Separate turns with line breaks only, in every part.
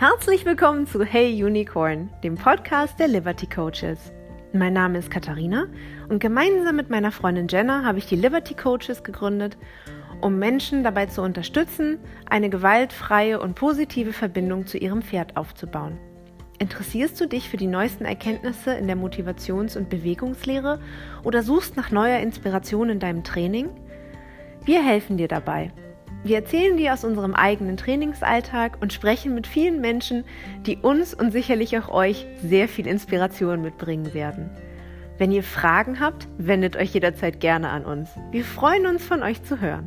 Herzlich willkommen zu Hey Unicorn, dem Podcast der Liberty Coaches. Mein Name ist Katharina und gemeinsam mit meiner Freundin Jenna habe ich die Liberty Coaches gegründet, um Menschen dabei zu unterstützen, eine gewaltfreie und positive Verbindung zu ihrem Pferd aufzubauen. Interessierst du dich für die neuesten Erkenntnisse in der Motivations- und Bewegungslehre oder suchst nach neuer Inspiration in deinem Training? Wir helfen dir dabei. Wir erzählen dir aus unserem eigenen Trainingsalltag und sprechen mit vielen Menschen, die uns und sicherlich auch euch sehr viel Inspiration mitbringen werden. Wenn ihr Fragen habt, wendet euch jederzeit gerne an uns. Wir freuen uns, von euch zu hören.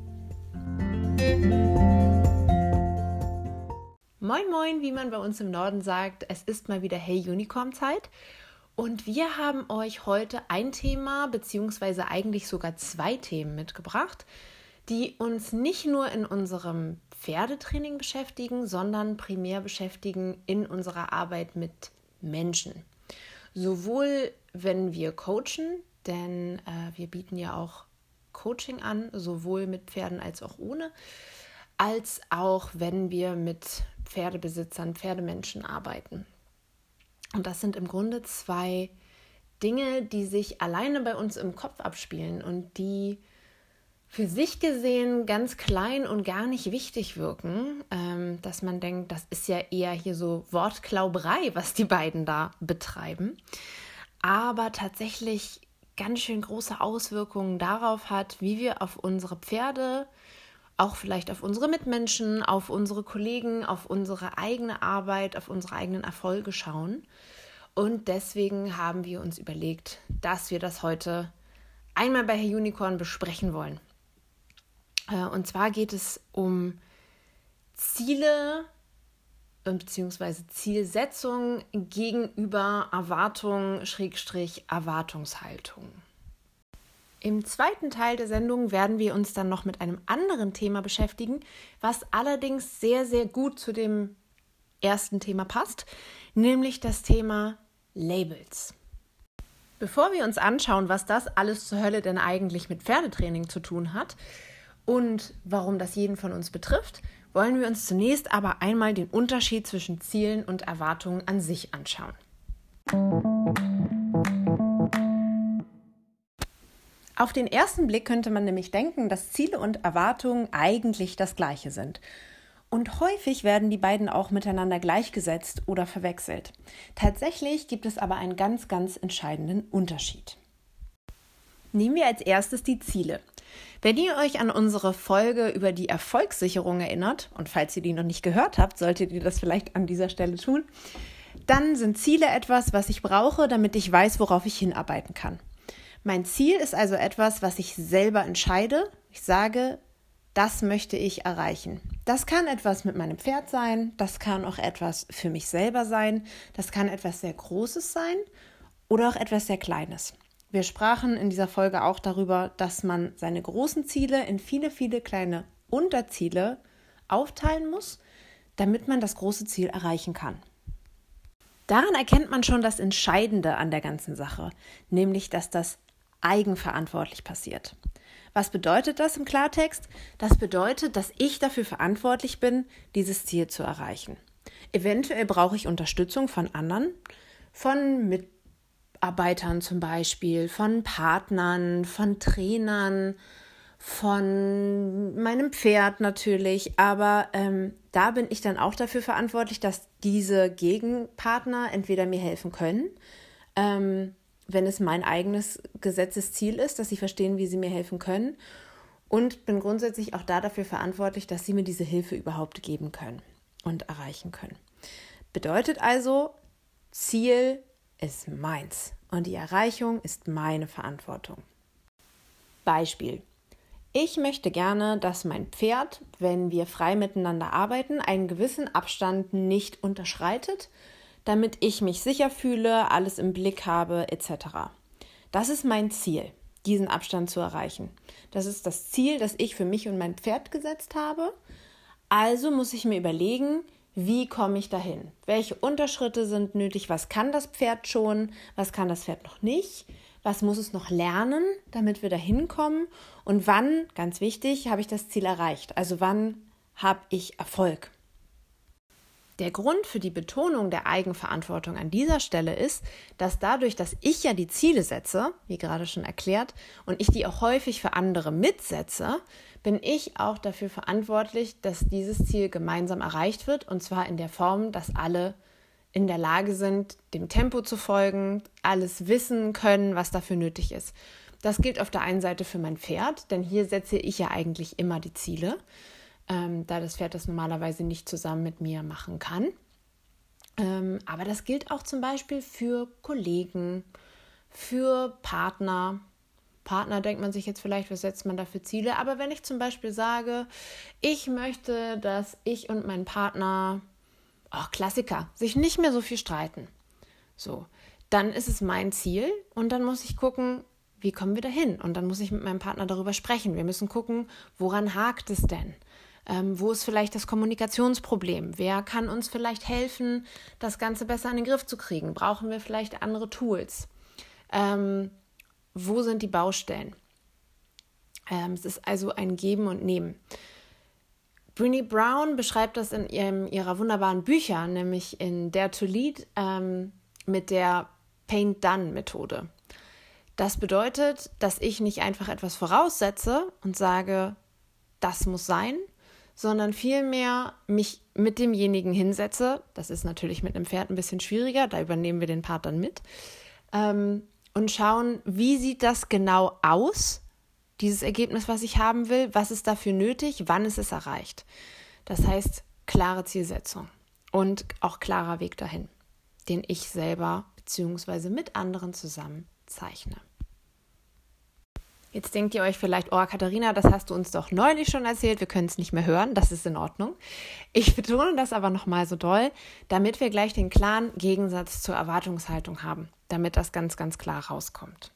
Moin moin, wie man bei uns im Norden sagt, es ist mal wieder Hey Unicorn Zeit. Und wir haben euch heute ein Thema, beziehungsweise eigentlich sogar zwei Themen mitgebracht, die uns nicht nur in unserem Pferdetraining beschäftigen, sondern primär beschäftigen in unserer Arbeit mit Menschen. Sowohl wenn wir coachen, denn wir bieten ja auch Coaching an, sowohl mit Pferden als auch ohne, als auch wenn wir mit Pferdebesitzern, Pferdemenschen arbeiten. Und das sind im Grunde zwei Dinge, die sich alleine bei uns im Kopf abspielen und die für sich gesehen ganz klein und gar nicht wichtig wirken, dass man denkt, das ist ja eher hier so Wortklauberei, was die beiden da betreiben, aber tatsächlich ganz schön große Auswirkungen darauf hat, wie wir auf unsere Pferde, auch vielleicht auf unsere Mitmenschen, auf unsere Kollegen, auf unsere eigene Arbeit, auf unsere eigenen Erfolge schauen. Und deswegen haben wir uns überlegt, dass wir das heute einmal bei Hey Unicorn besprechen wollen. Und zwar geht es um Ziele bzw. Zielsetzung gegenüber Erwartung / Erwartungshaltung. Im zweiten Teil der Sendung werden wir uns dann noch mit einem anderen Thema beschäftigen, was allerdings sehr, sehr gut zu dem ersten Thema passt, nämlich das Thema Labels. Bevor wir uns anschauen, was das alles zur Hölle denn eigentlich mit Pferdetraining zu tun hat und warum das jeden von uns betrifft, wollen wir uns zunächst aber einmal den Unterschied zwischen Zielen und Erwartungen an sich anschauen. Auf den ersten Blick könnte man nämlich denken, dass Ziele und Erwartungen eigentlich das Gleiche sind. Und häufig werden die beiden auch miteinander gleichgesetzt oder verwechselt. Tatsächlich gibt es aber einen ganz, ganz entscheidenden Unterschied. Nehmen wir als erstes die Ziele. Wenn ihr euch an unsere Folge über die Erfolgssicherung erinnert, und falls ihr die noch nicht gehört habt, solltet ihr das vielleicht an dieser Stelle tun, dann sind Ziele etwas, was ich brauche, damit ich weiß, worauf ich hinarbeiten kann. Mein Ziel ist also etwas, was ich selber entscheide. Ich sage, das möchte ich erreichen. Das kann etwas mit meinem Pferd sein, das kann auch etwas für mich selber sein, das kann etwas sehr Großes sein oder auch etwas sehr Kleines. Wir sprachen in dieser Folge auch darüber, dass man seine großen Ziele in viele, viele kleine Unterziele aufteilen muss, damit man das große Ziel erreichen kann. Daran erkennt man schon das Entscheidende an der ganzen Sache, nämlich, dass das eigenverantwortlich passiert. Was bedeutet das im Klartext? Das bedeutet, dass ich dafür verantwortlich bin, dieses Ziel zu erreichen. Eventuell brauche ich Unterstützung von anderen, von Mitarbeitern zum Beispiel, von Partnern, von Trainern, von meinem Pferd natürlich. Aber da bin ich dann auch dafür verantwortlich, dass diese Gegenpartner entweder mir helfen können, wenn es mein eigenes gesetztes Ziel ist, dass sie verstehen, wie sie mir helfen können, und bin grundsätzlich auch dafür verantwortlich, dass sie mir diese Hilfe überhaupt geben können und erreichen können. Bedeutet also, Ziel ist meins und die Erreichung ist meine Verantwortung. Beispiel: Ich möchte gerne, dass mein Pferd, wenn wir frei miteinander arbeiten, einen gewissen Abstand nicht unterschreitet, damit ich mich sicher fühle, alles im Blick habe, etc. Das ist mein Ziel, diesen Abstand zu erreichen. Das ist das Ziel, das ich für mich und mein Pferd gesetzt habe. Also muss ich mir überlegen, wie komme ich dahin? Welche Unterschritte sind nötig? Was kann das Pferd schon? Was kann das Pferd noch nicht? Was muss es noch lernen, damit wir dahin kommen? Und wann, ganz wichtig, habe ich das Ziel erreicht? Also wann habe ich Erfolg? Der Grund für die Betonung der Eigenverantwortung an dieser Stelle ist, dass dadurch, dass ich ja die Ziele setze, wie gerade schon erklärt, und ich die auch häufig für andere mitsetze, bin ich auch dafür verantwortlich, dass dieses Ziel gemeinsam erreicht wird, und zwar in der Form, dass alle in der Lage sind, dem Tempo zu folgen, alles wissen können, was dafür nötig ist. Das gilt auf der einen Seite für mein Pferd, denn hier setze ich ja eigentlich immer die Ziele, da das Pferd das normalerweise nicht zusammen mit mir machen kann. Aber das gilt auch zum Beispiel für Kollegen, für Partner. Partner denkt man sich jetzt vielleicht, was setzt man da für Ziele? Aber wenn ich zum Beispiel sage, ich möchte, dass ich und mein Partner, Klassiker, sich nicht mehr so viel streiten. So, dann ist es mein Ziel und dann muss ich gucken, wie kommen wir dahin? Und dann muss ich mit meinem Partner darüber sprechen. Wir müssen gucken, woran hakt es denn? Wo ist vielleicht das Kommunikationsproblem? Wer kann uns vielleicht helfen, das Ganze besser in den Griff zu kriegen? Brauchen wir vielleicht andere Tools? Wo sind die Baustellen? Es ist also ein Geben und Nehmen. Brené Brown beschreibt das in ihrer wunderbaren Bücher, nämlich in Dare to Lead mit der Paint-Done-Methode. Das bedeutet, dass ich nicht einfach etwas voraussetze und sage, das muss sein, sondern vielmehr mich mit demjenigen hinsetze. Das ist natürlich mit einem Pferd ein bisschen schwieriger, da übernehmen wir den Part dann mit. Und schauen, wie sieht das genau aus, dieses Ergebnis, was ich haben will, was ist dafür nötig, wann ist es erreicht. Das heißt, klare Zielsetzung und auch klarer Weg dahin, den ich selber bzw. mit anderen zusammen zeichne. Jetzt denkt ihr euch vielleicht, Katharina, das hast du uns doch neulich schon erzählt, wir können es nicht mehr hören, das ist in Ordnung. Ich betone das aber nochmal so doll, damit wir gleich den klaren Gegensatz zur Erwartungshaltung haben, damit das ganz, ganz klar rauskommt.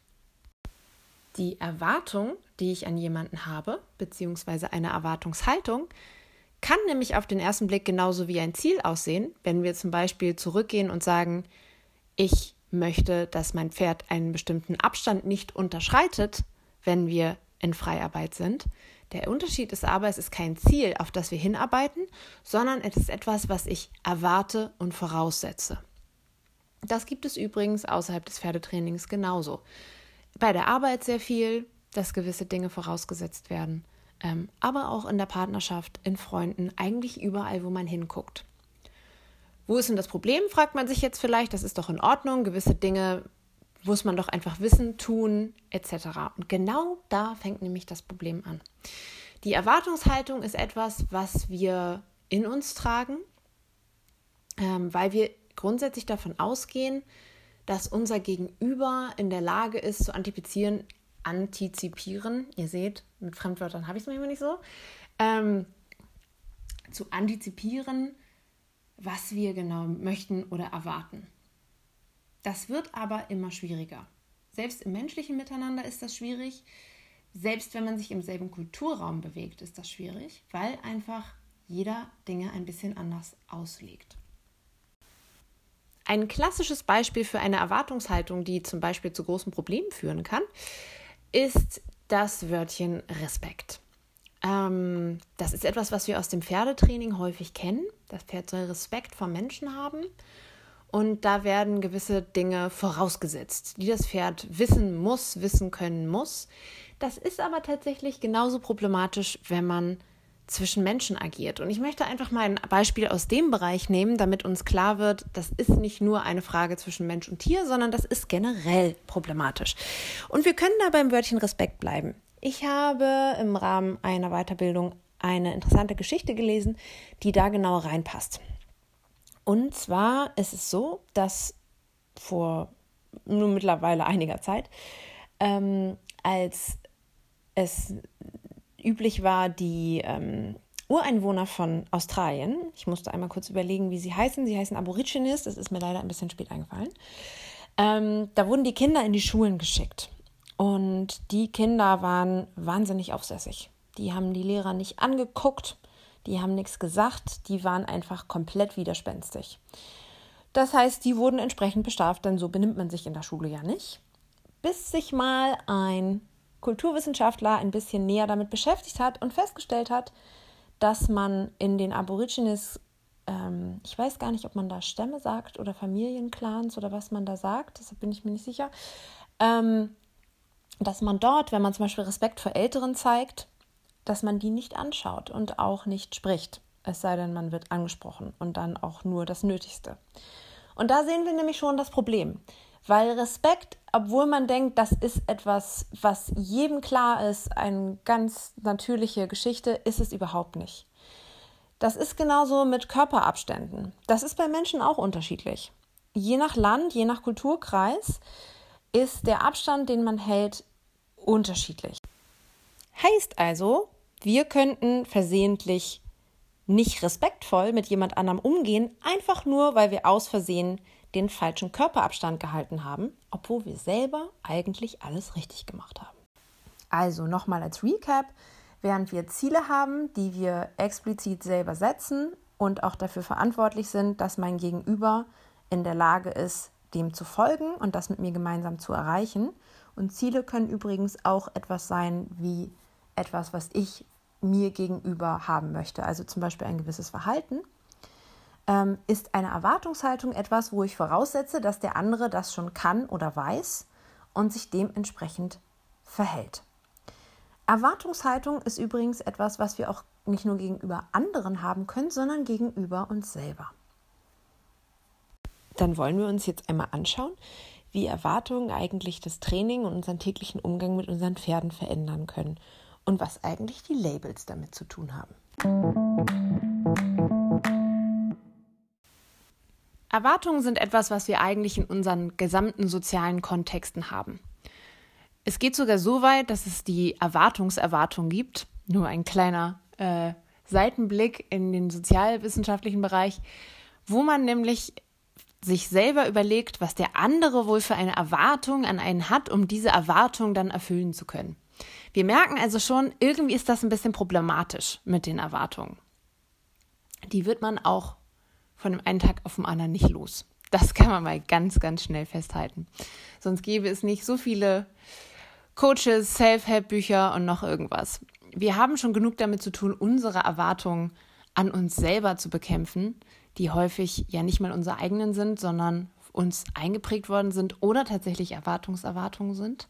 Die Erwartung, die ich an jemanden habe, beziehungsweise eine Erwartungshaltung, kann nämlich auf den ersten Blick genauso wie ein Ziel aussehen, wenn wir zum Beispiel zurückgehen und sagen, ich möchte, dass mein Pferd einen bestimmten Abstand nicht unterschreitet, wenn wir in Freiarbeit sind. Der Unterschied ist aber, es ist kein Ziel, auf das wir hinarbeiten, sondern es ist etwas, was ich erwarte und voraussetze. Das gibt es übrigens außerhalb des Pferdetrainings genauso. Bei der Arbeit sehr viel, dass gewisse Dinge vorausgesetzt werden, aber auch in der Partnerschaft, in Freunden, eigentlich überall, wo man hinguckt. Wo ist denn das Problem, fragt man sich jetzt vielleicht, das ist doch in Ordnung, gewisse Dinge muss man doch einfach wissen, tun, etc. Und genau da fängt nämlich das Problem an. Die Erwartungshaltung ist etwas, was wir in uns tragen, weil wir grundsätzlich davon ausgehen, dass unser Gegenüber in der Lage ist, zu antizipieren. Ihr seht, mit Fremdwörtern habe ich es manchmal nicht so. Zu antizipieren, was wir genau möchten oder erwarten. Das wird aber immer schwieriger. Selbst im menschlichen Miteinander ist das schwierig. Selbst wenn man sich im selben Kulturraum bewegt, ist das schwierig, weil einfach jeder Dinge ein bisschen anders auslegt. Ein klassisches Beispiel für eine Erwartungshaltung, die zum Beispiel zu großen Problemen führen kann, ist das Wörtchen Respekt. Das ist etwas, was wir aus dem Pferdetraining häufig kennen. Das Pferd soll Respekt vor Menschen haben. Und da werden gewisse Dinge vorausgesetzt, die das Pferd wissen können muss. Das ist aber tatsächlich genauso problematisch, wenn man zwischen Menschen agiert. Und ich möchte einfach mal ein Beispiel aus dem Bereich nehmen, damit uns klar wird, das ist nicht nur eine Frage zwischen Mensch und Tier, sondern das ist generell problematisch. Und wir können da beim Wörtchen Respekt bleiben. Ich habe im Rahmen einer Weiterbildung eine interessante Geschichte gelesen, die da genau reinpasst. Und zwar ist es so, dass vor nur mittlerweile einiger Zeit, als es üblich war, die Ureinwohner von Australien, ich musste einmal kurz überlegen, wie sie heißen Aborigines, das ist mir leider ein bisschen spät eingefallen, da wurden die Kinder in die Schulen geschickt und die Kinder waren wahnsinnig aufsässig. Die haben die Lehrer nicht angeguckt, die haben nichts gesagt, die waren einfach komplett widerspenstig. Das heißt, die wurden entsprechend bestraft, denn so benimmt man sich in der Schule ja nicht. Bis sich mal ein Kulturwissenschaftler ein bisschen näher damit beschäftigt hat und festgestellt hat, dass man in den Aborigines ich weiß gar nicht, ob man da Stämme sagt oder Familienclans oder was man da sagt, deshalb bin ich mir nicht sicher, dass man dort, wenn man zum Beispiel Respekt vor Älteren zeigt, dass man die nicht anschaut und auch nicht spricht. Es sei denn, man wird angesprochen und dann auch nur das Nötigste. Und da sehen wir nämlich schon das Problem. Weil Respekt, obwohl man denkt, das ist etwas, was jedem klar ist, eine ganz natürliche Geschichte, ist es überhaupt nicht. Das ist genauso mit Körperabständen. Das ist bei Menschen auch unterschiedlich. Je nach Land, je nach Kulturkreis ist der Abstand, den man hält, unterschiedlich. Heißt also, wir könnten versehentlich nicht respektvoll mit jemand anderem umgehen, einfach nur, weil wir aus Versehen den falschen Körperabstand gehalten haben, obwohl wir selber eigentlich alles richtig gemacht haben. Also nochmal als Recap, während wir Ziele haben, die wir explizit selber setzen und auch dafür verantwortlich sind, dass mein Gegenüber in der Lage ist, dem zu folgen und das mit mir gemeinsam zu erreichen. Und Ziele können übrigens auch etwas sein wie etwas, was ich mir gegenüber haben möchte, also zum Beispiel ein gewisses Verhalten. Ist eine Erwartungshaltung etwas, wo ich voraussetze, dass der andere das schon kann oder weiß und sich dementsprechend verhält. Erwartungshaltung ist übrigens etwas, was wir auch nicht nur gegenüber anderen haben können, sondern gegenüber uns selber. Dann wollen wir uns jetzt einmal anschauen, wie Erwartungen eigentlich das Training und unseren täglichen Umgang mit unseren Pferden verändern können und was eigentlich die Labels damit zu tun haben. Erwartungen sind etwas, was wir eigentlich in unseren gesamten sozialen Kontexten haben. Es geht sogar so weit, dass es die Erwartungserwartung gibt. Nur ein kleiner Seitenblick in den sozialwissenschaftlichen Bereich, wo man nämlich sich selber überlegt, was der andere wohl für eine Erwartung an einen hat, um diese Erwartung dann erfüllen zu können. Wir merken also schon, irgendwie ist das ein bisschen problematisch mit den Erwartungen. Die wird man auch von dem einen Tag auf den anderen nicht los. Das kann man mal ganz, ganz schnell festhalten. Sonst gäbe es nicht so viele Coaches, Self-Help-Bücher und noch irgendwas. Wir haben schon genug damit zu tun, unsere Erwartungen an uns selber zu bekämpfen, die häufig ja nicht mal unsere eigenen sind, sondern uns eingeprägt worden sind oder tatsächlich Erwartungen sind.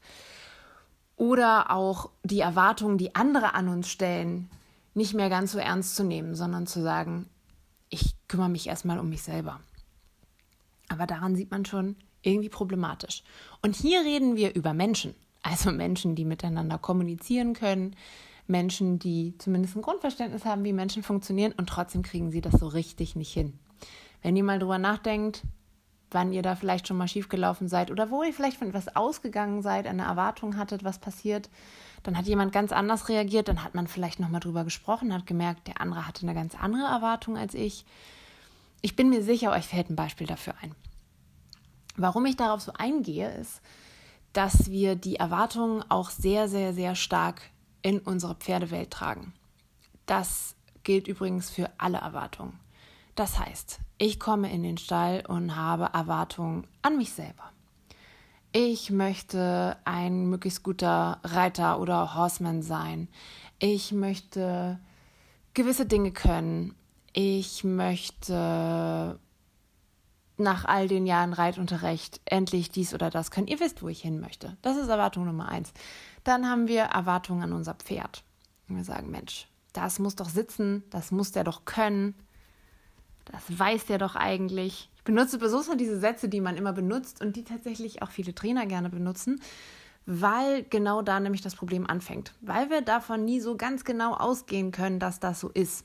Oder auch die Erwartungen, die andere an uns stellen, nicht mehr ganz so ernst zu nehmen, sondern zu sagen, ich kümmere mich erstmal um mich selber. Aber daran sieht man schon irgendwie problematisch. Und hier reden wir über Menschen. Also Menschen, die miteinander kommunizieren können, Menschen, die zumindest ein Grundverständnis haben, wie Menschen funktionieren und trotzdem kriegen sie das so richtig nicht hin. Wenn ihr mal drüber nachdenkt, wann ihr da vielleicht schon mal schiefgelaufen seid oder wo ihr vielleicht von etwas ausgegangen seid, eine Erwartung hattet, was passiert, dann hat jemand ganz anders reagiert, dann hat man vielleicht nochmal drüber gesprochen, hat gemerkt, der andere hatte eine ganz andere Erwartung als ich. Ich bin mir sicher, euch fällt ein Beispiel dafür ein. Warum ich darauf so eingehe, ist, dass wir die Erwartungen auch sehr, sehr, sehr stark in unsere Pferdewelt tragen. Das gilt übrigens für alle Erwartungen. Das heißt, ich komme in den Stall und habe Erwartungen an mich selber. Ich möchte ein möglichst guter Reiter oder Horseman sein. Ich möchte gewisse Dinge können. Ich möchte nach all den Jahren Reitunterricht endlich dies oder das können. Ihr wisst, wo ich hin möchte. Das ist Erwartung Nummer 1. Dann haben wir Erwartungen an unser Pferd. Und wir sagen, Mensch, das muss doch sitzen, das muss der doch können. Das weiß der doch eigentlich. Ich benutze besonders diese Sätze, die man immer benutzt und die tatsächlich auch viele Trainer gerne benutzen, weil genau da nämlich das Problem anfängt. Weil wir davon nie so ganz genau ausgehen können, dass das so ist.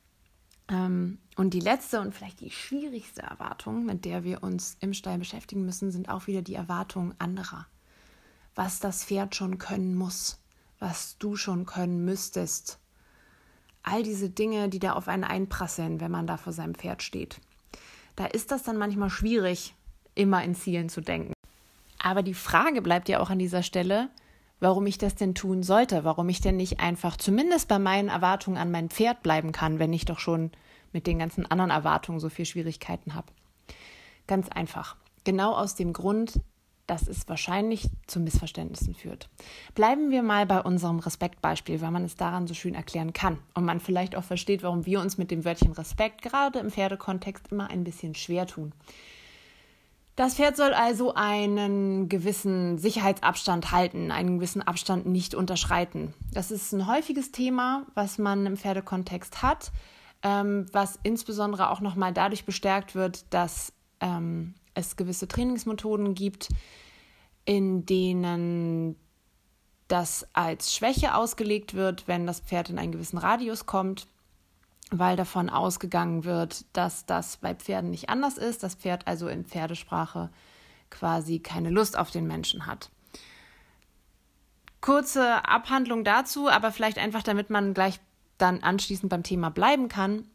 Und die letzte und vielleicht die schwierigste Erwartung, mit der wir uns im Stall beschäftigen müssen, sind auch wieder die Erwartungen anderer. Was das Pferd schon können muss, was du schon können müsstest. All diese Dinge, die da auf einen einprasseln, wenn man da vor seinem Pferd steht. Da ist das dann manchmal schwierig, immer in Zielen zu denken. Aber die Frage bleibt ja auch an dieser Stelle, warum ich das denn tun sollte, warum ich denn nicht einfach zumindest bei meinen Erwartungen an mein Pferd bleiben kann, wenn ich doch schon mit den ganzen anderen Erwartungen so viel Schwierigkeiten habe. Ganz einfach. Genau aus dem Grund, dass es wahrscheinlich zu Missverständnissen führt. Bleiben wir mal bei unserem Respektbeispiel, weil man es daran so schön erklären kann und man vielleicht auch versteht, warum wir uns mit dem Wörtchen Respekt gerade im Pferdekontext immer ein bisschen schwer tun. Das Pferd soll also einen gewissen Sicherheitsabstand halten, einen gewissen Abstand nicht unterschreiten. Das ist ein häufiges Thema, was man im Pferdekontext hat, was insbesondere auch nochmal dadurch bestärkt wird, dass es gewisse Trainingsmethoden gibt, in denen das als Schwäche ausgelegt wird, wenn das Pferd in einen gewissen Radius kommt, weil davon ausgegangen wird, dass das bei Pferden nicht anders ist, das Pferd also in Pferdesprache quasi keine Lust auf den Menschen hat. Kurze Abhandlung dazu, aber vielleicht einfach, damit man gleich dann anschließend beim Thema bleiben kann.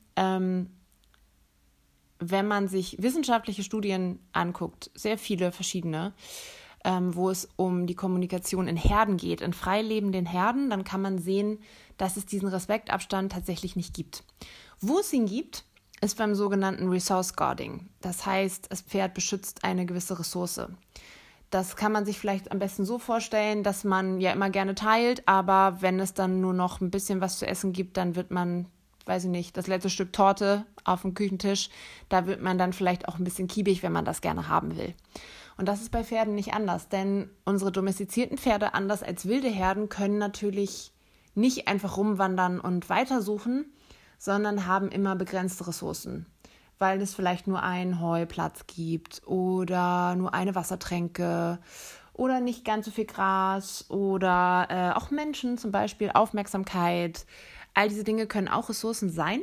Wenn man sich wissenschaftliche Studien anguckt, sehr viele verschiedene, wo es um die Kommunikation in Herden geht, in freilebenden Herden, dann kann man sehen, dass es diesen Respektabstand tatsächlich nicht gibt. Wo es ihn gibt, ist beim sogenannten Resource Guarding. Das heißt, das Pferd beschützt eine gewisse Ressource. Das kann man sich vielleicht am besten so vorstellen, dass man ja immer gerne teilt, aber wenn es dann nur noch ein bisschen was zu essen gibt, dann wird man, weiß ich nicht, das letzte Stück Torte auf dem Küchentisch, da wird man dann vielleicht auch ein bisschen kiebig, wenn man das gerne haben will. Und das ist bei Pferden nicht anders, denn unsere domestizierten Pferde, anders als wilde Herden, können natürlich nicht einfach rumwandern und weitersuchen, sondern haben immer begrenzte Ressourcen, weil es vielleicht nur einen Heuplatz gibt oder nur eine Wassertränke oder nicht ganz so viel Gras oder auch Menschen, zum Beispiel Aufmerksamkeit. All diese Dinge können auch Ressourcen sein,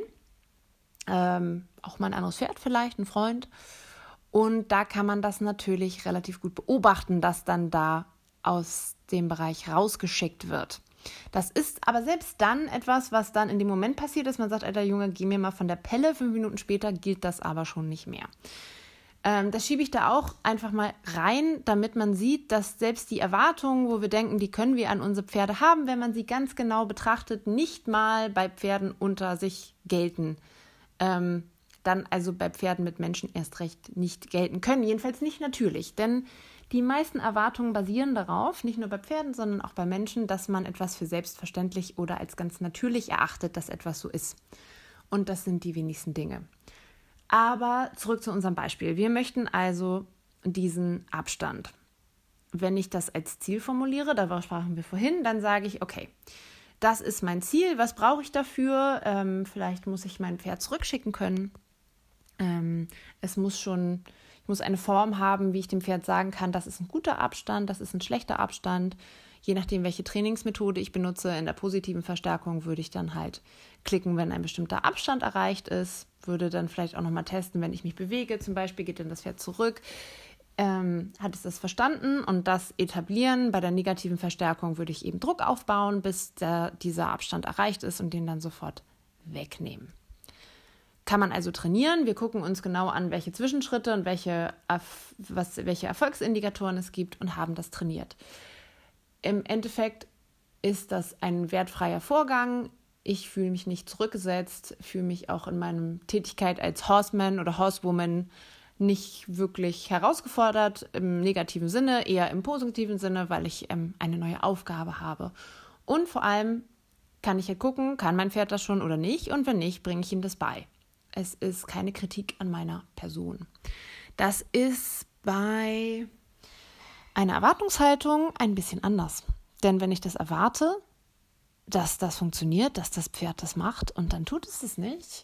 auch mal ein anderes Pferd vielleicht, ein Freund. Und da kann man das natürlich relativ gut beobachten, dass dann da aus dem Bereich rausgeschickt wird. Das ist aber selbst dann etwas, was dann in dem Moment passiert ist. Man sagt, alter Junge, geh mir mal von der Pelle. 5 Minuten später gilt das aber schon nicht mehr. Das schiebe ich da auch einfach mal rein, damit man sieht, dass selbst die Erwartungen, wo wir denken, die können wir an unsere Pferde haben, wenn man sie ganz genau betrachtet, nicht mal bei Pferden unter sich gelten. Dann also bei Pferden mit Menschen erst recht nicht gelten können. Jedenfalls nicht natürlich, denn die meisten Erwartungen basieren darauf, nicht nur bei Pferden, sondern auch bei Menschen, dass man etwas für selbstverständlich oder als ganz natürlich erachtet, dass etwas so ist. Und das sind die wenigsten Dinge. Aber zurück zu unserem Beispiel. Wir möchten also diesen Abstand. Wenn ich das als Ziel formuliere, darüber sprachen wir vorhin, dann sage ich, okay, das ist mein Ziel, was brauche ich dafür? Vielleicht muss ich mein Pferd zurückschicken können. Ich muss eine Form haben, wie ich dem Pferd sagen kann, das ist ein guter Abstand, das ist ein schlechter Abstand. Je nachdem, welche Trainingsmethode ich benutze, in der positiven Verstärkung würde ich dann halt klicken, wenn ein bestimmter Abstand erreicht ist, würde dann vielleicht auch nochmal testen, wenn ich mich bewege, zum Beispiel geht dann das Pferd zurück, hat es das verstanden und das etablieren. Bei der negativen Verstärkung würde ich eben Druck aufbauen, bis dieser Abstand erreicht ist und den dann sofort wegnehmen. Kann man also trainieren. Wir gucken uns genau an, welche Zwischenschritte und welche Erfolgsindikatoren es gibt und haben das trainiert. Im Endeffekt ist das ein wertfreier Vorgang. Ich fühle mich nicht zurückgesetzt, fühle mich auch in meiner Tätigkeit als Horseman oder Horsewoman nicht wirklich herausgefordert, im negativen Sinne, eher im positiven Sinne, weil ich eine neue Aufgabe habe. Und vor allem kann ich ja gucken, kann mein Pferd das schon oder nicht, und wenn nicht, bringe ich ihm das bei. Es ist keine Kritik an meiner Person. Das ist bei einer Erwartungshaltung ein bisschen anders. Denn wenn ich das erwarte, dass das funktioniert, dass das Pferd das macht und dann tut es es nicht,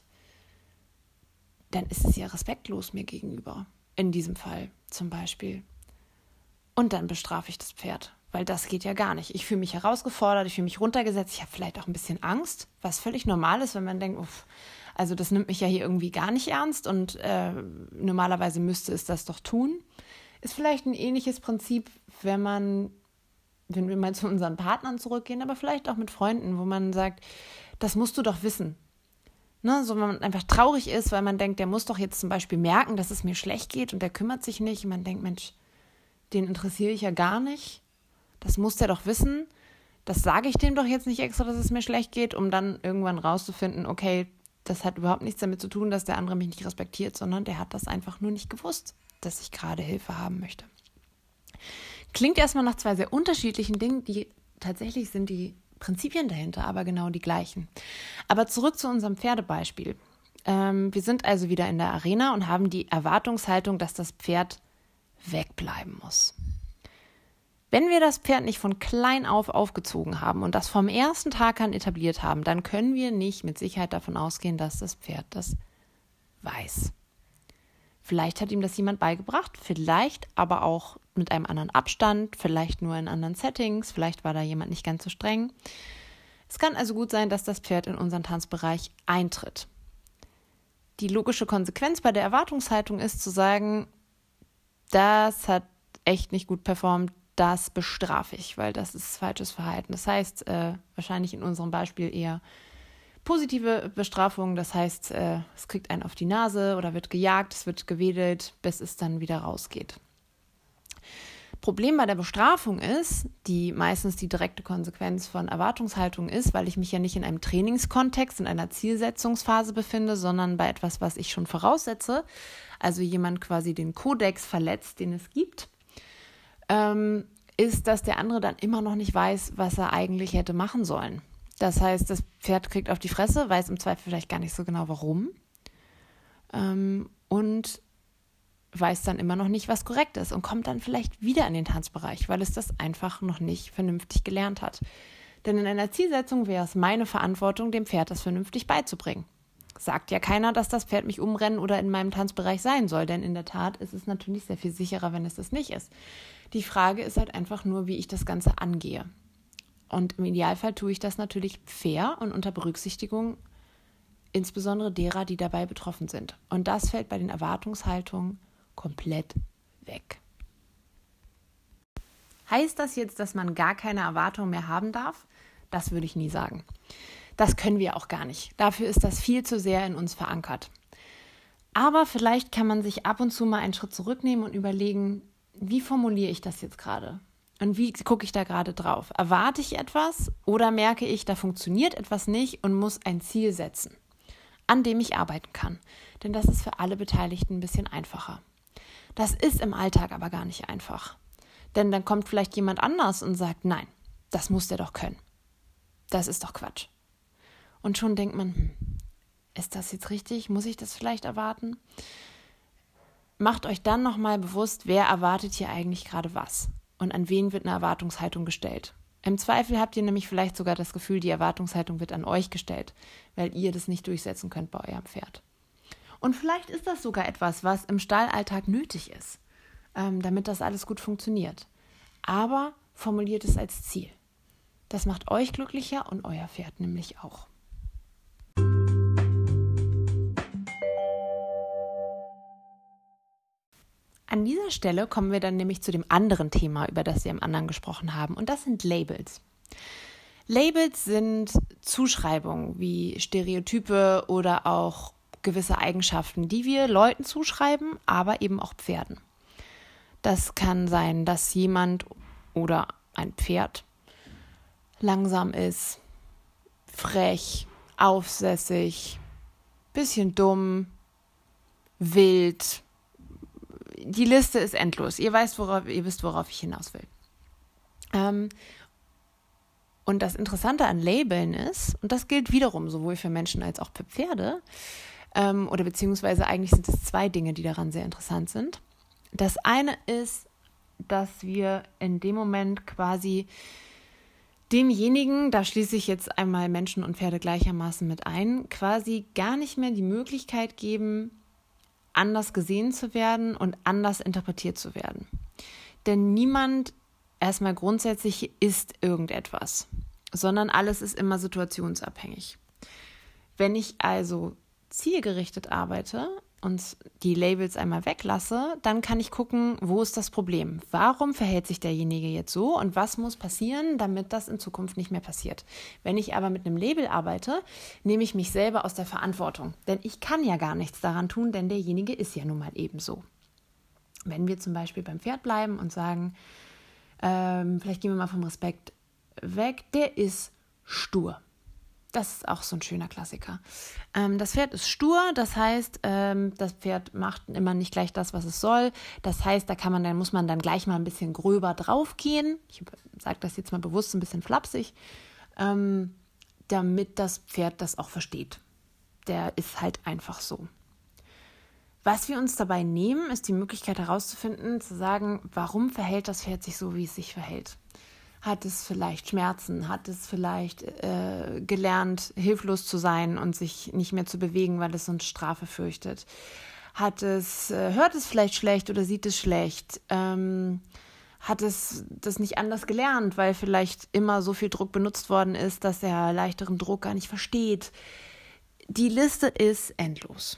dann ist es ja respektlos mir gegenüber. In diesem Fall zum Beispiel. Und dann bestrafe ich das Pferd, weil das geht ja gar nicht. Ich fühle mich herausgefordert, ich fühle mich runtergesetzt, ich habe vielleicht auch ein bisschen Angst, was völlig normal ist, wenn man denkt, also das nimmt mich ja hier irgendwie gar nicht ernst und normalerweise müsste es das doch tun. Ist vielleicht ein ähnliches Prinzip, wenn wir mal zu unseren Partnern zurückgehen, aber vielleicht auch mit Freunden, wo man sagt, das musst du doch wissen. Ne? So, wenn man einfach traurig ist, weil man denkt, der muss doch jetzt zum Beispiel merken, dass es mir schlecht geht und der kümmert sich nicht. Und man denkt, Mensch, den interessiere ich ja gar nicht. Das muss der doch wissen. Das sage ich dem doch jetzt nicht extra, dass es mir schlecht geht, um dann irgendwann rauszufinden, okay, das hat überhaupt nichts damit zu tun, dass der andere mich nicht respektiert, sondern der hat das einfach nur nicht gewusst, dass ich gerade Hilfe haben möchte. Klingt erstmal nach zwei sehr unterschiedlichen Dingen, die tatsächlich sind die Prinzipien dahinter, aber genau die gleichen. Aber zurück zu unserem Pferdebeispiel. Wir sind also wieder in der Arena und haben die Erwartungshaltung, dass das Pferd wegbleiben muss. Wenn wir das Pferd nicht von klein auf aufgezogen haben und das vom ersten Tag an etabliert haben, dann können wir nicht mit Sicherheit davon ausgehen, dass das Pferd das weiß. Vielleicht hat ihm das jemand beigebracht, vielleicht aber auch mit einem anderen Abstand, vielleicht nur in anderen Settings, vielleicht war da jemand nicht ganz so streng. Es kann also gut sein, dass das Pferd in unseren Tanzbereich eintritt. Die logische Konsequenz bei der Erwartungshaltung ist zu sagen, das hat echt nicht gut performt, das bestrafe ich, weil das ist falsches Verhalten. Das heißt, wahrscheinlich in unserem Beispiel eher positive Bestrafung, das heißt, es kriegt einen auf die Nase oder wird gejagt, es wird gewedelt, bis es dann wieder rausgeht. Problem bei der Bestrafung ist, die meistens die direkte Konsequenz von Erwartungshaltung ist, weil ich mich ja nicht in einem Trainingskontext, in einer Zielsetzungsphase befinde, sondern bei etwas, was ich schon voraussetze, also jemand quasi den Kodex verletzt, den es gibt, ist, dass der andere dann immer noch nicht weiß, was er eigentlich hätte machen sollen. Das heißt, das Pferd kriegt auf die Fresse, weiß im Zweifel vielleicht gar nicht so genau warum und weiß dann immer noch nicht, was korrekt ist und kommt dann vielleicht wieder in den Tanzbereich, weil es das einfach noch nicht vernünftig gelernt hat. Denn in einer Zielsetzung wäre es meine Verantwortung, dem Pferd das vernünftig beizubringen. Sagt ja keiner, dass das Pferd mich umrennen oder in meinem Tanzbereich sein soll, denn in der Tat ist es natürlich sehr viel sicherer, wenn es das nicht ist. Die Frage ist halt einfach nur, wie ich das Ganze angehe. Und im Idealfall tue ich das natürlich fair und unter Berücksichtigung insbesondere derer, die dabei betroffen sind. Und das fällt bei den Erwartungshaltungen komplett weg. Heißt das jetzt, dass man gar keine Erwartungen mehr haben darf? Das würde ich nie sagen. Das können wir auch gar nicht. Dafür ist das viel zu sehr in uns verankert. Aber vielleicht kann man sich ab und zu mal einen Schritt zurücknehmen und überlegen, wie formuliere ich das jetzt gerade? Und wie gucke ich da gerade drauf? Erwarte ich etwas oder merke ich, da funktioniert etwas nicht und muss ein Ziel setzen, an dem ich arbeiten kann? Denn das ist für alle Beteiligten ein bisschen einfacher. Das ist im Alltag aber gar nicht einfach. Denn dann kommt vielleicht jemand anders und sagt, nein, das muss der doch können. Das ist doch Quatsch. Und schon denkt man, ist das jetzt richtig? Muss ich das vielleicht erwarten? Macht euch dann nochmal bewusst, wer erwartet hier eigentlich gerade was und an wen wird eine Erwartungshaltung gestellt. Im Zweifel habt ihr nämlich vielleicht sogar das Gefühl, die Erwartungshaltung wird an euch gestellt, weil ihr das nicht durchsetzen könnt bei eurem Pferd. Und vielleicht ist das sogar etwas, was im Stallalltag nötig ist, damit das alles gut funktioniert. Aber formuliert es als Ziel. Das macht euch glücklicher und euer Pferd nämlich auch. An dieser Stelle kommen wir dann nämlich zu dem anderen Thema, über das wir im anderen gesprochen haben, und das sind Labels. Labels sind Zuschreibungen wie Stereotype oder auch gewisse Eigenschaften, die wir Leuten zuschreiben, aber eben auch Pferden. Das kann sein, dass jemand oder ein Pferd langsam ist, frech, aufsässig, bisschen dumm, wild. Die Liste ist endlos. Ihr wisst, worauf ich hinaus will. Und das Interessante an Labeln ist, und das gilt wiederum sowohl für Menschen als auch für Pferde, oder beziehungsweise eigentlich sind es zwei Dinge, die daran sehr interessant sind. Das eine ist, dass wir in dem Moment quasi demjenigen, da schließe ich jetzt einmal Menschen und Pferde gleichermaßen mit ein, quasi gar nicht mehr die Möglichkeit geben, anders gesehen zu werden und anders interpretiert zu werden. Denn niemand erstmal grundsätzlich ist irgendetwas, sondern alles ist immer situationsabhängig. Wenn ich also zielgerichtet arbeite und die Labels einmal weglasse, dann kann ich gucken, wo ist das Problem? Warum verhält sich derjenige jetzt so und was muss passieren, damit das in Zukunft nicht mehr passiert? Wenn ich aber mit einem Label arbeite, nehme ich mich selber aus der Verantwortung, denn ich kann ja gar nichts daran tun, denn derjenige ist ja nun mal eben so. Wenn wir zum Beispiel beim Pferd bleiben und sagen, vielleicht gehen wir mal vom Respekt weg, der ist stur. Das ist auch so ein schöner Klassiker. Das Pferd ist stur, das heißt, das Pferd macht immer nicht gleich das, was es soll. Das heißt, muss man dann gleich mal ein bisschen gröber drauf gehen. Ich sage das jetzt mal bewusst ein bisschen flapsig, damit das Pferd das auch versteht. Der ist halt einfach so. Was wir uns dabei nehmen, ist die Möglichkeit herauszufinden, zu sagen, warum verhält das Pferd sich so, wie es sich verhält. Hat es vielleicht Schmerzen? Hat es vielleicht gelernt, hilflos zu sein und sich nicht mehr zu bewegen, weil es sonst Strafe fürchtet? Hört es vielleicht schlecht oder sieht es schlecht? Hat es das nicht anders gelernt, weil vielleicht immer so viel Druck benutzt worden ist, dass er leichteren Druck gar nicht versteht? Die Liste ist endlos.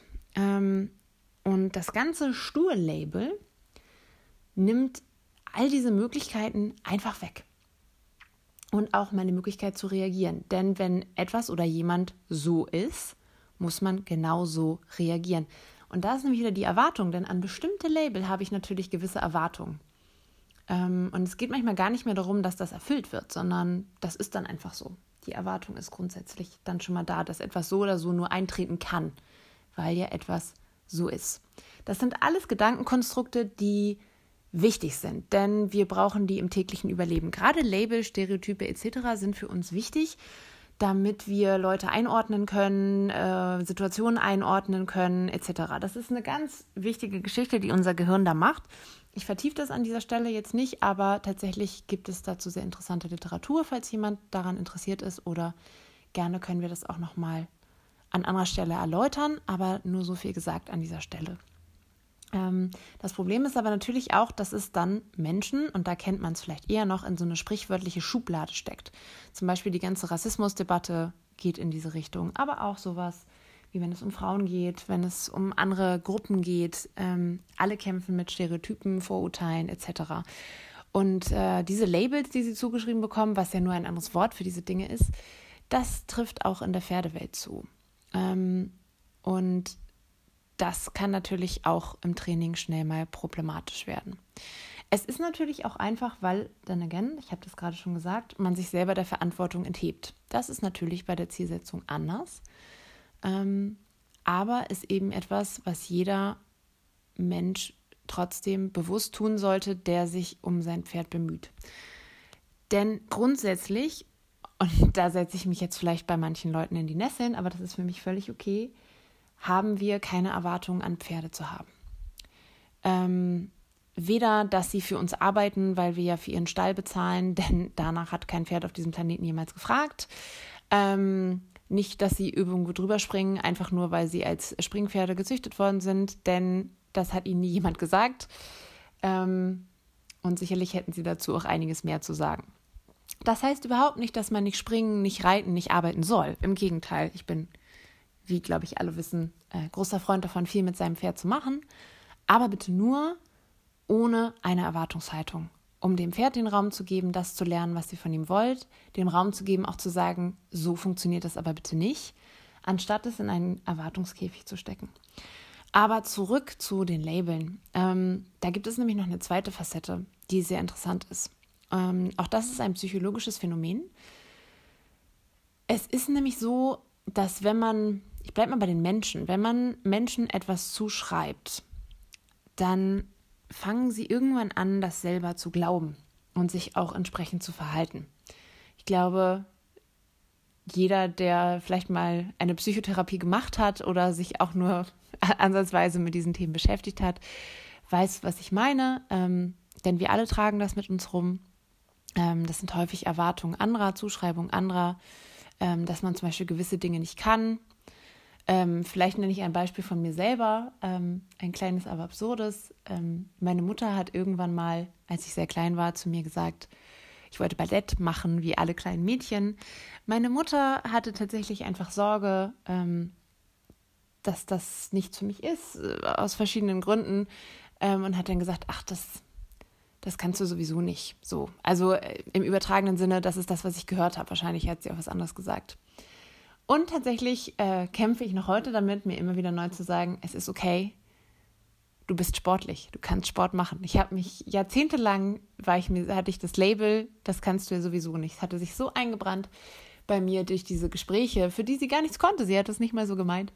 Und das ganze Stur-Label nimmt all diese Möglichkeiten einfach weg. Und auch meine Möglichkeit zu reagieren. Denn wenn etwas oder jemand so ist, muss man genau so reagieren. Und da ist nämlich wieder die Erwartung, denn an bestimmte Label habe ich natürlich gewisse Erwartungen. Und es geht manchmal gar nicht mehr darum, dass das erfüllt wird, sondern das ist dann einfach so. Die Erwartung ist grundsätzlich dann schon mal da, dass etwas so oder so nur eintreten kann, weil ja etwas so ist. Das sind alles Gedankenkonstrukte, die wichtig sind, denn wir brauchen die im täglichen Überleben. Gerade Label, Stereotype etc. sind für uns wichtig, damit wir Leute einordnen können, Situationen einordnen können etc. Das ist eine ganz wichtige Geschichte, die unser Gehirn da macht. Ich vertiefe das an dieser Stelle jetzt nicht, aber tatsächlich gibt es dazu sehr interessante Literatur, falls jemand daran interessiert ist, oder gerne können wir das auch nochmal an anderer Stelle erläutern, aber nur so viel gesagt an dieser Stelle. Das Problem ist aber natürlich auch, dass es dann Menschen, und da kennt man es vielleicht eher noch, in so eine sprichwörtliche Schublade steckt. Zum Beispiel die ganze Rassismusdebatte geht in diese Richtung, aber auch sowas, wie wenn es um Frauen geht, wenn es um andere Gruppen geht. Alle kämpfen mit Stereotypen, Vorurteilen etc. Und diese Labels, die sie zugeschrieben bekommen, was ja nur ein anderes Wort für diese Dinge ist, das trifft auch in der Pferdewelt zu. Und das kann natürlich auch im Training schnell mal problematisch werden. Es ist natürlich auch einfach, weil, dann again, ich habe das gerade schon gesagt, man sich selber der Verantwortung enthebt. Das ist natürlich bei der Zielsetzung anders, aber ist eben etwas, was jeder Mensch trotzdem bewusst tun sollte, der sich um sein Pferd bemüht. Denn grundsätzlich, und da setze ich mich jetzt vielleicht bei manchen Leuten in die Nesseln, aber das ist für mich völlig okay, haben wir keine Erwartungen an Pferde zu haben. Weder, dass sie für uns arbeiten, weil wir ja für ihren Stall bezahlen, denn danach hat kein Pferd auf diesem Planeten jemals gefragt. Nicht, dass sie irgendwo drüber springen, einfach nur, weil sie als Springpferde gezüchtet worden sind, denn das hat ihnen nie jemand gesagt. Und sicherlich hätten sie dazu auch einiges mehr zu sagen. Das heißt überhaupt nicht, dass man nicht springen, nicht reiten, nicht arbeiten soll. Im Gegenteil, ich bin, wie glaube ich alle wissen, großer Freund davon, viel mit seinem Pferd zu machen. Aber bitte nur ohne eine Erwartungshaltung, um dem Pferd den Raum zu geben, das zu lernen, was ihr von ihm wollt, dem Raum zu geben, auch zu sagen, so funktioniert das aber bitte nicht, anstatt es in einen Erwartungskäfig zu stecken. Aber zurück zu den Labeln. Da gibt es nämlich noch eine zweite Facette, die sehr interessant ist. Auch das ist ein psychologisches Phänomen. Es ist nämlich so, dass ich bleibe mal bei den Menschen, wenn man Menschen etwas zuschreibt, dann fangen sie irgendwann an, das selber zu glauben und sich auch entsprechend zu verhalten. Ich glaube, jeder, der vielleicht mal eine Psychotherapie gemacht hat oder sich auch nur ansatzweise mit diesen Themen beschäftigt hat, weiß, was ich meine, denn wir alle tragen das mit uns rum. Das sind häufig Erwartungen anderer, Zuschreibungen anderer, dass man zum Beispiel gewisse Dinge nicht kann. Vielleicht nenne ich ein Beispiel von mir selber, ein kleines, aber absurdes. Meine Mutter hat irgendwann mal, als ich sehr klein war, zu mir gesagt, ich wollte Ballett machen, wie alle kleinen Mädchen. Meine Mutter hatte tatsächlich einfach Sorge, dass das nichts für mich ist, aus verschiedenen Gründen, und hat dann gesagt, ach, das kannst du sowieso nicht. So, also im übertragenen Sinne, das ist das, was ich gehört habe. Wahrscheinlich hat sie auch was anderes gesagt. Und tatsächlich kämpfe ich noch heute damit, mir immer wieder neu zu sagen, es ist okay, du bist sportlich, du kannst Sport machen. Ich habe mich jahrzehntelang, hatte ich das Label, das kannst du ja sowieso nicht. Es hatte sich so eingebrannt, bei mir durch diese Gespräche, für die sie gar nichts konnte, sie hat das nicht mal so gemeint,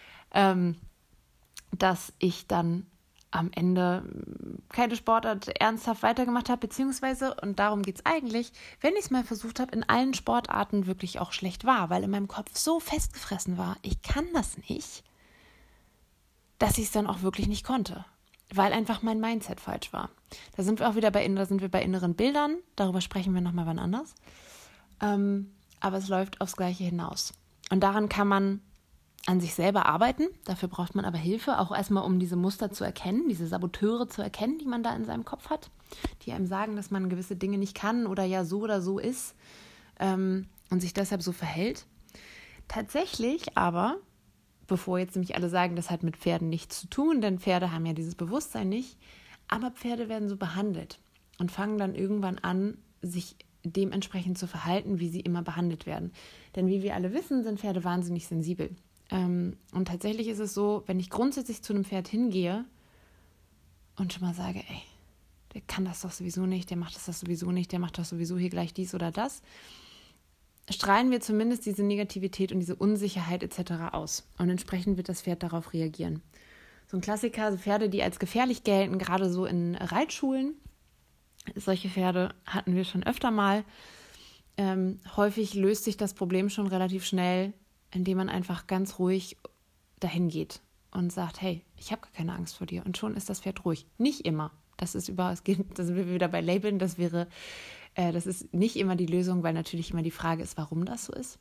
dass ich dann am Ende keine Sportart ernsthaft weitergemacht habe, beziehungsweise, und darum geht es eigentlich, wenn ich es mal versucht habe, in allen Sportarten wirklich auch schlecht war, weil in meinem Kopf so festgefressen war, ich kann das nicht, dass ich es dann auch wirklich nicht konnte, weil einfach mein Mindset falsch war. Da sind wir auch wieder bei inneren Bildern, darüber sprechen wir nochmal wann anders, aber es läuft aufs Gleiche hinaus. Und daran kann man an sich selber arbeiten. Dafür braucht man aber Hilfe, auch erstmal, um diese Muster zu erkennen, diese Saboteure zu erkennen, die man da in seinem Kopf hat, die einem sagen, dass man gewisse Dinge nicht kann oder ja so oder so ist und sich deshalb so verhält. Tatsächlich aber, bevor jetzt nämlich alle sagen, das hat mit Pferden nichts zu tun, denn Pferde haben ja dieses Bewusstsein nicht, aber Pferde werden so behandelt und fangen dann irgendwann an, sich dementsprechend zu verhalten, wie sie immer behandelt werden. Denn wie wir alle wissen, sind Pferde wahnsinnig sensibel. Und tatsächlich ist es so, wenn ich grundsätzlich zu einem Pferd hingehe und schon mal sage, ey, der kann das doch sowieso nicht, der macht das sowieso nicht, der macht doch sowieso hier gleich dies oder das, strahlen wir zumindest diese Negativität und diese Unsicherheit etc. aus. Und entsprechend wird das Pferd darauf reagieren. So ein Klassiker, also Pferde, die als gefährlich gelten, gerade so in Reitschulen. Solche Pferde hatten wir schon öfter mal. Häufig löst sich das Problem schon relativ schnell, indem man einfach ganz ruhig dahin geht und sagt, hey, ich habe gar keine Angst vor dir. Und schon ist das Da ruhig. Nicht immer. Da sind wir wieder bei Labeln. Das ist nicht immer die Lösung, weil natürlich immer die Frage ist, warum das so ist.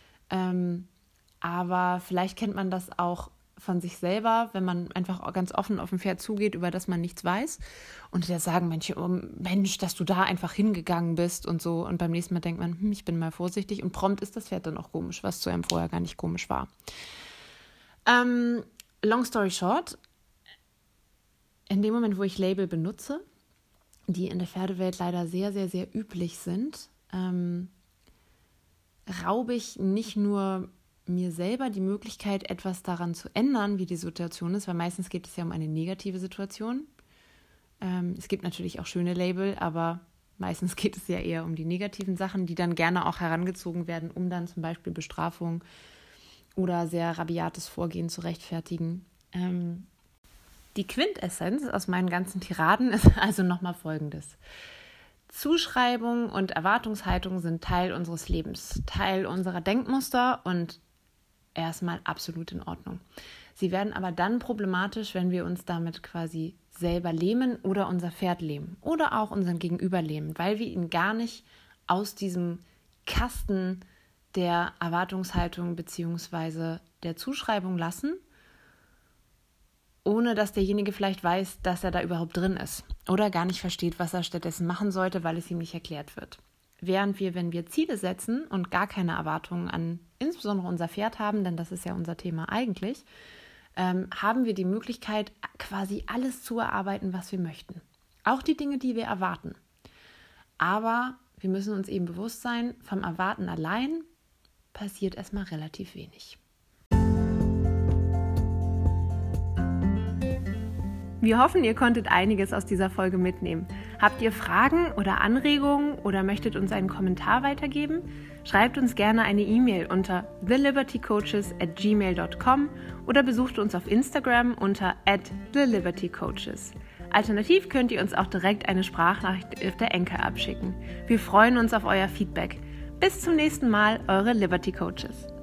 Aber vielleicht kennt man das auch von sich selber, wenn man einfach ganz offen auf ein Pferd zugeht, über das man nichts weiß. Und der sagen, Mensch, dass du da einfach hingegangen bist und so. Und beim nächsten Mal denkt man, ich bin mal vorsichtig. Und prompt ist das Pferd dann auch komisch, was zu einem vorher gar nicht komisch war. Long story short, in dem Moment, wo ich Label benutze, die in der Pferdewelt leider sehr, sehr, sehr üblich sind, raube ich nicht nur mir selber die Möglichkeit, etwas daran zu ändern, wie die Situation ist, weil meistens geht es ja um eine negative Situation. Es gibt natürlich auch schöne Label, aber meistens geht es ja eher um die negativen Sachen, die dann gerne auch herangezogen werden, um dann zum Beispiel Bestrafung oder sehr rabiates Vorgehen zu rechtfertigen. Die Quintessenz aus meinen ganzen Tiraden ist also nochmal Folgendes. Zuschreibung und Erwartungshaltung sind Teil unseres Lebens, Teil unserer Denkmuster und erstmal absolut in Ordnung. Sie werden aber dann problematisch, wenn wir uns damit quasi selber lähmen oder unser Pferd lähmen oder auch unseren Gegenüber lähmen, weil wir ihn gar nicht aus diesem Kasten der Erwartungshaltung bzw. der Zuschreibung lassen, ohne dass derjenige vielleicht weiß, dass er da überhaupt drin ist oder gar nicht versteht, was er stattdessen machen sollte, weil es ihm nicht erklärt wird. Während wenn wir Ziele setzen und gar keine Erwartungen an insbesondere unser Pferd haben, denn das ist ja unser Thema eigentlich, haben wir die Möglichkeit, quasi alles zu erarbeiten, was wir möchten. Auch die Dinge, die wir erwarten. Aber wir müssen uns eben bewusst sein, vom Erwarten allein passiert erstmal relativ wenig. Wir hoffen, ihr konntet einiges aus dieser Folge mitnehmen. Habt ihr Fragen oder Anregungen oder möchtet uns einen Kommentar weitergeben? Schreibt uns gerne eine E-Mail unter thelibertycoaches@gmail.com oder besucht uns auf Instagram unter @thelibertycoaches. Alternativ könnt ihr uns auch direkt eine Sprachnachricht auf der Anchor-App schicken. Wir freuen uns auf euer Feedback. Bis zum nächsten Mal, eure Liberty Coaches.